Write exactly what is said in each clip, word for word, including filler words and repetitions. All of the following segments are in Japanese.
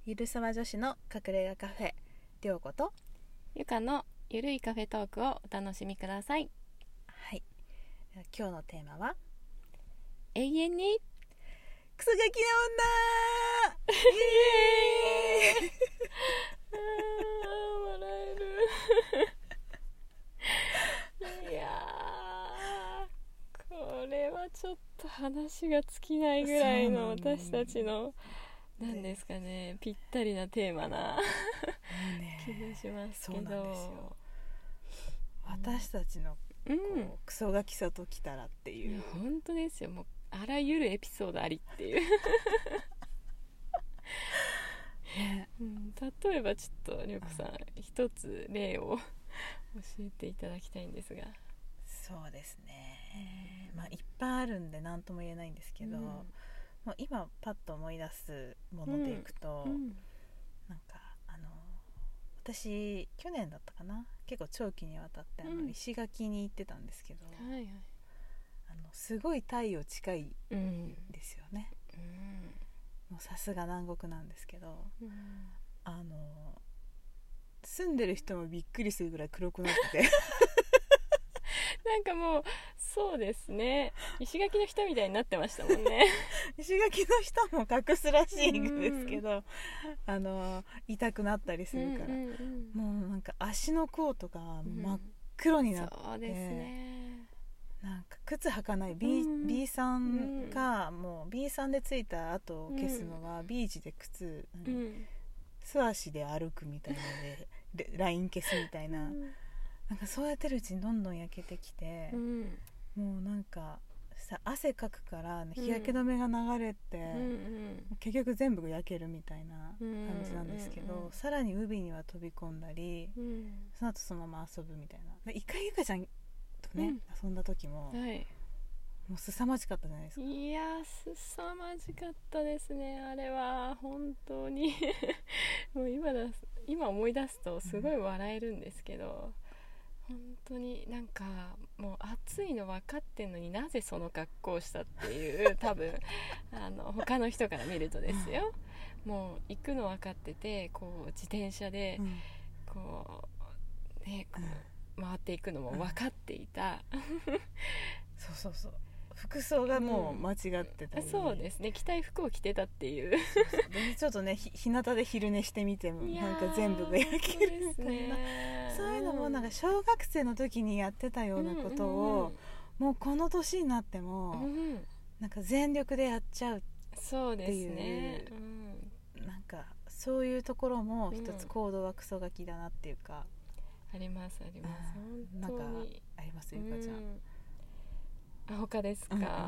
ゆるさま女子の隠れ家カフェ、りょうことゆかのゆるいカフェトークをお楽しみください。 はい、今日のテーマは永遠にクソガキな女イエーイあー笑えるいやーこれはちょっと話が尽きないぐらいの私たちの何ですかね、ぴったりなテーマな気がしますけど、 そうなんですよ。私たちのこう、 うん、 クソガキさときたらっていう、 いや本当ですよ。もうあらゆるエピソードありっていう、 ねうん、例えばちょっとりょうこさん、一つ例を教えていただきたいんですが。 そうですね、まあいっぱいあるんで何とも言えないんですけど、 うんもう今パッと思い出すものでいくと、 うんなんかあの私去年だったかな、結構長期にわたってあの、 うん石垣に行ってたんですけど、 はいはい、 あのすごい太陽近いうんんですよね。もうさすが南国なんですけど、 うんあの住んでる人もびっくりするぐらい黒くなっててなんかもうそうですね、石垣の人みたいになってましたもんね石垣の人も隠すらしいんですけど、あの痛くなったりするから、 うんうんうん、 もうなんか足の甲とかうん真っ黒になって、 そうですね、 なんか靴履かない B,、 うん、 B さんがもう B さんでついた後を消すのは B 字で靴、 う何ん素足で歩くみたいなのでライン消すみたいな、なんかそうやってるうちにどんどん焼けてきて、 うん、 もうなんかさ汗かくから日焼け止めが流れて、 うんうん結局全部焼けるみたいな感じなんですけど、 うんうんうん、 さらに海には飛び込んだり、 うん、 その後そのまま遊ぶみたいな。一回ゆかちゃんとね、 うん、 遊んだ時も、 はい、 もう凄まじかったじゃないですか。 いやすさまじかったですね、あれは本当にもう今だ今思い出すとすごい笑えるんですけど、うん、本当になんかもう暑いの分かってんのになぜその格好をしたっていう多分あの他の人から見るとですよ、うん、もう行くの分かってて、こう自転車で、うん、こうねこう回っていくのも分かっていた、うん、 そうそうそう、服装がもう間違ってたり、 うん、そうですね、着たい服を着てたっていうそうそうでちょっとねひ日向で昼寝してみてもなんか全部が焼けるみたいな、ね、そういうのもなんか小学生の時にやってたようなことを、うんうんうん、もうこの年になっても、うん、なんか全力でやっちゃうっていう、 そうですね、 うん、なんかそういうところも一つ行動はクソガキだなっていうか、 うん、ありますあります、 うん、なんかありますゆかちゃん、 うん、他ですか、 うんうんうん、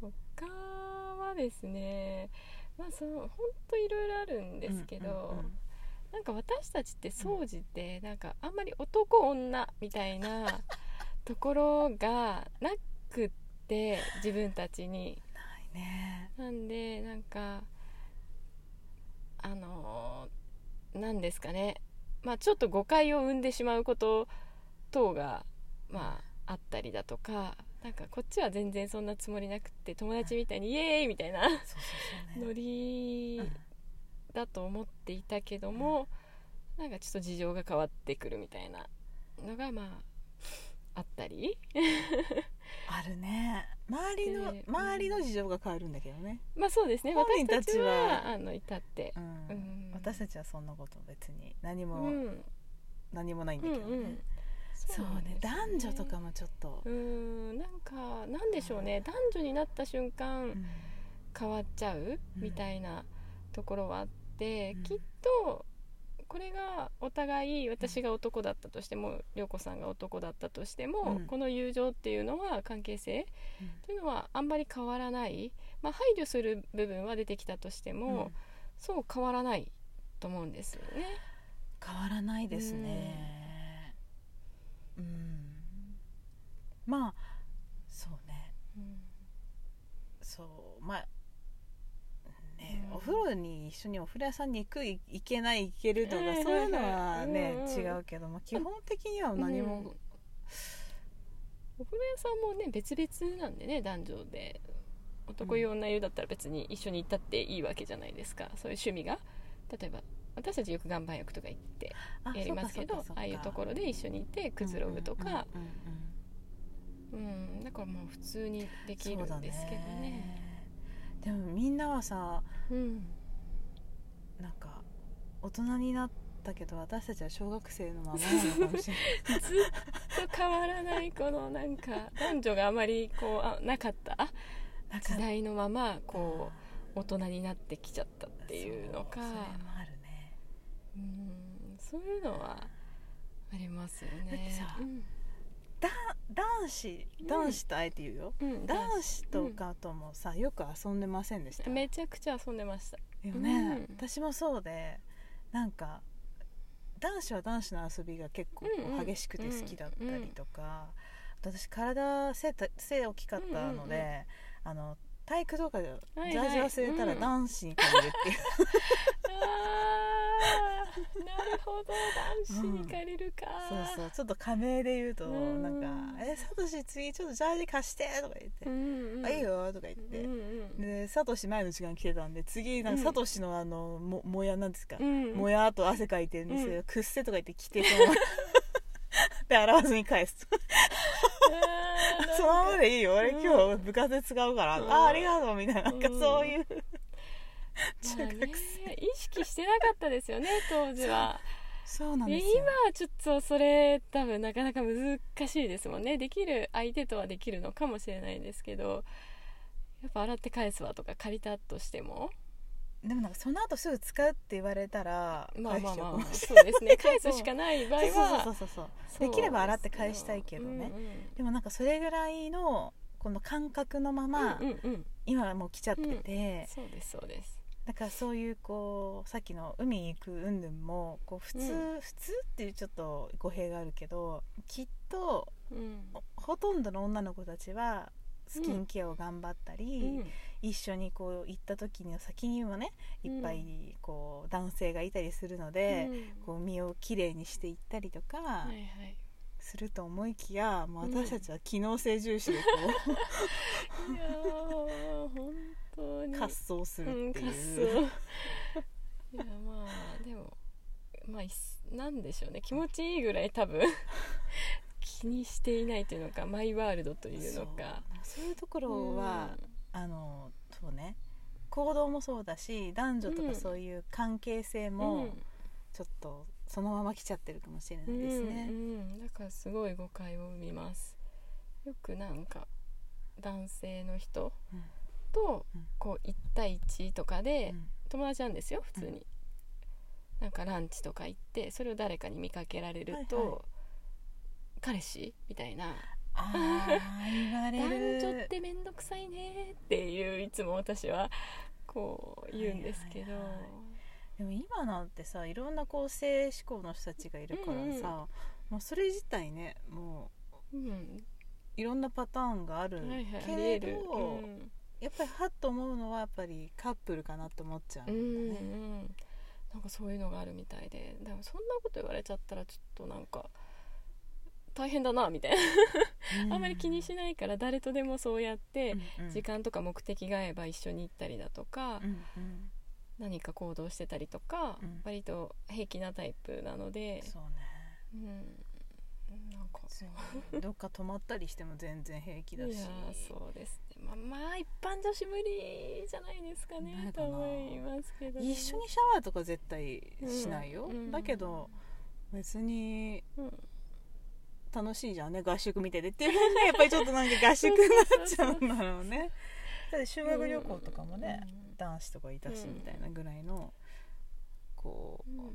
他はですね、まあその本当いろいろあるんですけど、うんうんうん、なんか私たちって総じてなんかあんまり男女みたいなところがなくって自分たちにないね。 なんでなんかあのなんですかね、まあちょっと誤解を生んでしまうこと等がまああったりだとか、なんかこっちは全然そんなつもりなくって友達みたいにイエーイみたいなノリだと思っていたけども、なんかちょっと事情が変わってくるみたいなのがまああったりあるね。周りの周りの事情が変わるんだけどね。 まあそうですね、私たちはあの至って、 うんうん、私たちはそんなこと別に何も、うん、何もないんだけどね、うんうん、そうね、男女とかもちょっとうーん、なんかなんでしょうね、男女になった瞬間、うん、変わっちゃうみたいなところはあって、うん、きっとこれがお互い私が男だったとしても、りょうこさんが男だったとしても、うん、この友情っていうのは関係性というのはあんまり変わらない、まあ、配慮する部分は出てきたとしても、うん、そう変わらないと思うんですよね。 変わらないですね、うん、うん、まあそうね、うん、そうまあね、うん、お風呂に一緒にお風呂屋さんに行く行けない行けるとか、えー、そういうのはね、うんうん、違うけど、まあ、基本的には何も、うん、 お風呂屋さんもね別々なんでね、男女で男湯女湯だったら別に一緒に行ったっていいわけじゃないですか、そういう趣味が例えば私たちよく岩盤浴とか行ってあやりますけど、ああいうところで一緒にいてくつろぐとか、 うんうんうんうん、 うん、だからもう普通にできるんですけど ね, ね。でもみんなはさ、 うん、 なんか大人になったけど私たちは小学生のままなのかもしれないずっと変わらないこのなんか男女があまりこうあなかった時代のままこう大人になってきちゃったっていうのか、 そう、それもあるね。 うん、そういうのはありますよね。 だってさ、 うん、 だ男子男子とあえて言うよ、 うん、 男子とかともさ、よく遊んでませんでした？ めちゃくちゃ遊んでましたよね、 うん、 私もそうで、なんか男子は男子の遊びが結構激しくて好きだったりとか、うんうん、私体背, 背大きかったので、うんうんうん、あの体育とかでジャージ忘れたら男子に借りるっていう、 うん、なるほど、男子に借りるか、 うん、そうそう、ちょっと仮名で言うと、うん、なんかえサトシ次ちょっとジャージ貸してとか言って、うんうん、あいいよとか言って、うんうん、でサトシ前の時間来てたんで、次なんかサトシのあの も, もやなんですか、うん、もやと汗かいてるんですよ、うん、くっせとか言って来てそので洗わずに返すそのままでいいよ、俺今日部活で使うから、うん、ああありがとうみたいな、なんかそういう、うん、 中学生、まあね、意識してなかったですよね当時は。 そうなんですよ。 今はちょっとそれ多分なかなか難しいですもんね。できる相手とはできるのかもしれないですけど、やっぱ洗って返すわとか借りたとしても、 でもなんかその後すぐ使うって言われたらまあまあまあそうですね、返すしかない場合はそうそうそうそう、できれば洗って返したいけどね、うんうん、でもなんかそれぐらいのこの感覚のまま、うんうんうん、今はもう来ちゃってて、 うん、そうですそうです。 だからそういうこうさっきの海に行く云々もこう普通、うん、普通っていうちょっと語弊があるけど、きっと、うん、ほとんどの女の子たちはスキンケアを頑張ったり、うん、一緒にこう行った時の先にもねいっぱいこう男性がいたりするので、うん、こう身をきれいにしていったりとか、はいはい、すると思いきや、もう私たちは機能性重視でこう、うん、いや本当に滑走するっていう、うん、滑走いやまあでもまあなんでしょうね、気持ちいいぐらい多分気にしていないというのか、マイワールドというのか、 そう、そういうところは、うん、あのそうね、行動もそうだし男女とかそういう関係性もちょっとそのまま来ちゃってるかもしれないですね、 うんうん、だからすごい誤解を生みます。よくなんか男性の人とこういち対いちとかで、友達なんですよ普通に、うん、なんかランチとか行ってそれを誰かに見かけられると、はいはい、彼氏みたいな、 あ言われる男女ってめんどくさいねっていういつも私はこう言うんですけど、はいはいはい、 でも今なんてさいろんなこう性思考の人たちがいるからさ、うんうん、もうそれ自体ねもう、うん、いろんなパターンがあるけれど、はいはい、うん、やっぱりはっと思うのはやっぱりカップルかなって思っちゃうんだね、うんうん、 なんかそういうのがあるみたいで、でもそんなこと言われちゃったらちょっとなんか大変だなみたいな、うん、あんまり気にしないから誰とでもそうやって時間とか目的が合えば一緒に行ったりだとか、うんうん、何か行動してたりとか、うん、割と平気なタイプなので、 そうね、うん、なんかどっか泊まったりしても全然平気だし、いやそうですね、まあ、まあ一般女子無理じゃないですかねと思いますけど、ね、 一緒にシャワーとか絶対しないよ、うん、だけど別に、うん楽しいじゃんね、合宿見ててっていうのがやっぱりちょっとなんか合宿になっちゃうんだろうね。だって修学旅行とかもね、うん、男子とかいたしみたいなぐらいのこう、うん、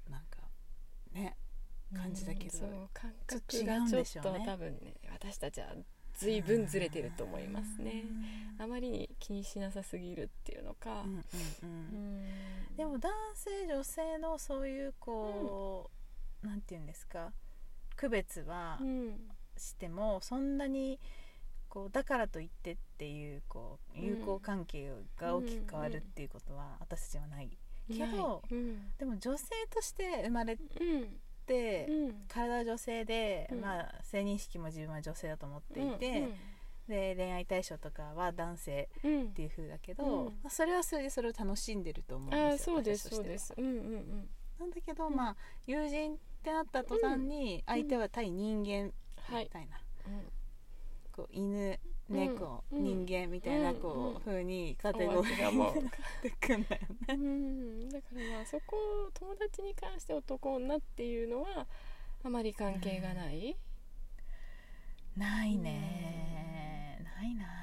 なんかね感じだけど、うん、そう感覚がちょっと多分ね私たちは随分ずれてると思いますね。あまりに気にしなさすぎるっていうのか、うんうんうんうん、でも男性女性のそういうこう、うん、なんていうんですか区別はしても、うん、そんなにこうだからといってっていうこう友好関係が大きく変わるっていうことは私たちはないけど、うん、でも女性として生まれて、うん、体は女性で、うんまあ、性認識も自分は女性だと思っていて、うんうん、 で恋愛対象とかは男性うんっていう風だけど、 うんまあ、それはそれでそれを楽しんでると思うんですよ。 ああそうです私としてはそうですうんうんうんなんだけど、 うんまあ友人ってなった途端に相手は対人間みたいな、 うんこう犬猫、 うん人間みたいなうんこう、 うん風にカテゴリお相手がもうーになってくんだよね。 うんだからまあそこ友達に関して男女っていうのはあまり関係がない、 ないね、ないな。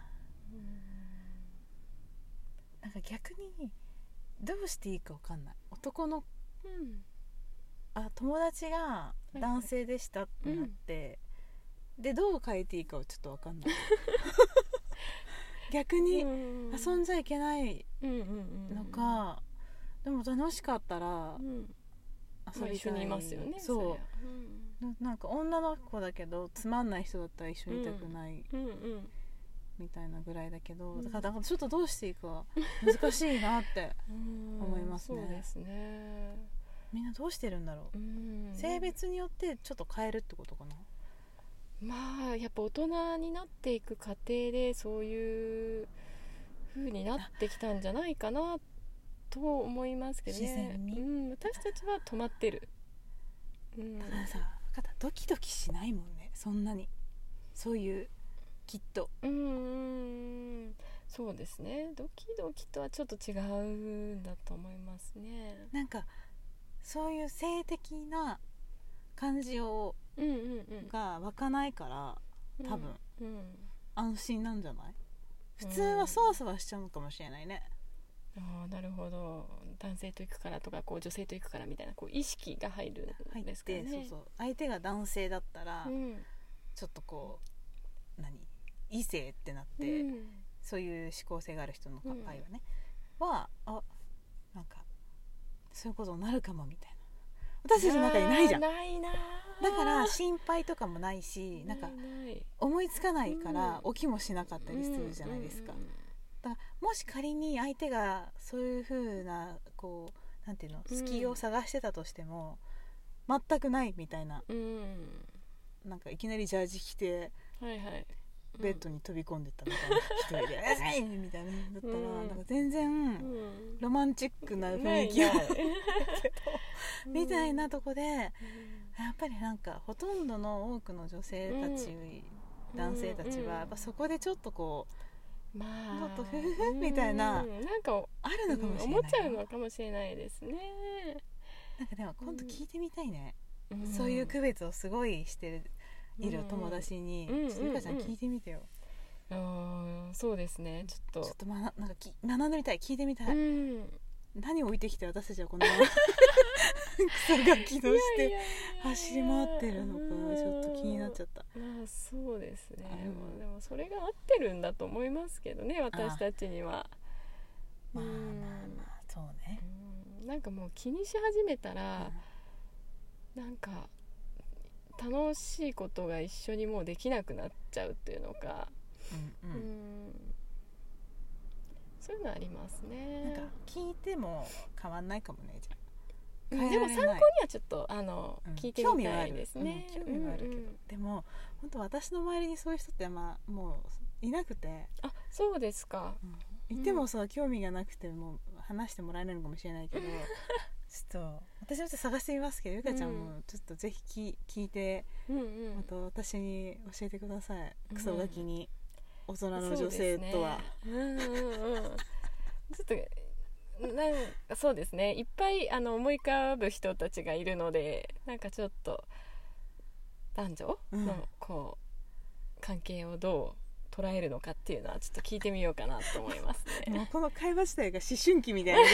なんか逆にどうしていいか分かんない。男のうんあ友達が男性でしたってなって、でどう変えていいかはちょっと分かんない逆に遊んじゃいけないのか、でも楽しかったらうん遊びたい、 まあ一緒にいますよねそうそりゃな、なんか女の子だけどつまんない人だったら一緒にいたくないうんうんうんみたいなぐらいだけど、 うんだからだからちょっとどうしていいか難しいなってうん思いますねそうですねみんなどうしてるんだろう、 うん性別によってちょっと変えるってことかな。 まあやっぱ大人になっていく過程でそういう風になってきたんじゃないかなと思いますけどね。 自然に、 うん、私たちは止まってる、うん、 だからさ分かったドキドキしないもんねそんなにそういうきっとうんうんそうですねドキドキとはちょっと違うんだと思いますね。 なんかそういう性的な感じをうんうんうんが湧かないから多分うん安心なんじゃない、普通はそわそわしちゃうのかもしれないね。 ああなるほど男性と行くからとかこう女性と行くからみたいなこう意識が入る入っんですかね。 てそうそう相手が男性だったら、 うんちょっとこう何異性ってなって、 うんそういう思考性がある人の場合はね、はあなんかそういうことになるかもみたいな私たちの中にないじゃん。 あーないなだから心配とかもないしなんかない思いつかないからうん起きもしなかったりするじゃないですか、 うんうんだからもし仮に相手がそういう風なこうなんていうのうん隙を探してたとしても、全くないみたいな、 うんうんなんかいきなりジャージ着てはいはいベッドに飛び込んでったみたいな、一人で「えーい!」みたいなだったら、 うんなんか全然うんロマンチックな雰囲気をないないみたいなとこで、やうんっぱりなんかほとんどの多くの女性たち、 うん男性たちはやっぱそこでちょっとこうまあちょっとフフフみたいなうんなんかあるのかもしれない、 思っちゃうのかもしれないですね、 なんかでも今度聞いてみたいね、 うんそういう区別をすごいしてるいるうん友達に、 うんちょっとゆかちゃん聞いてみてよ、 あーそうですねちょっとちょっと、ま、なんかき学んでみたい聞いてみたい、 うん何を置いてきて私たちはこんなクソガキとしていやいやいやいや走り回ってるのかちょっと気になっちゃった。 まあそうですね、 うんまあでもそれが合ってるんだと思いますけどね私たちには。 まあまあうんまあそうね、 うんなんかもう気にし始めたら、なんか楽しいことが一緒にもうできなくなっちゃうっていうのか、 うんうんうんうんそういうのありますね。 なんか聞いても変わんないかもねじゃあうん変えられないでも参考にはちょっとあの、 うん聞いてみたいですね。 興味はある、うん興味はあるけど、 うんうんでも本当私の周りにそういう人ってまあもういなくて、 あそうですか。 うん、いてもさ興味がなくても話してもらえないのかもしれないけどちょっと私もちょっと探してみますけどゆかちゃんもちょっとぜひ聞聞いてうんうんまた私に教えてください、 うんクソガキに大人の女性とは、 そうですねうんうんうんちょっとなんかそうですねいっぱいあの思い浮かぶ人たちがいるのでなんかちょっと男女うんのこう、関係をどう捉えるのかっていうのはちょっと聞いてみようかなと思いますね。 もうこの会話自体が思春期みたいな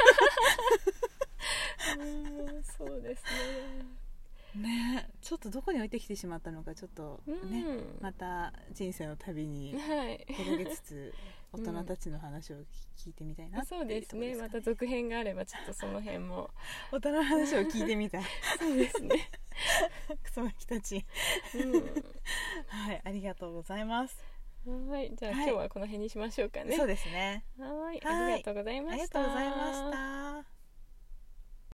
うんそうですねちょっとどこに置いてきてしまったのかちょっとね。 ね、 うんまた人生の旅にはい。 届けつつ大人たちの話を聞いてみたいなってそうですね。 いうところかまた続編があればちょっとその辺も大人の話を聞いてみたいそうですね。 クソガキたちはいありがとうございますうん。はい。じゃあ、 はい今日はこの辺にしましょうかね。 そうですねはい。 はいありがとうございました。 ありがとうございました。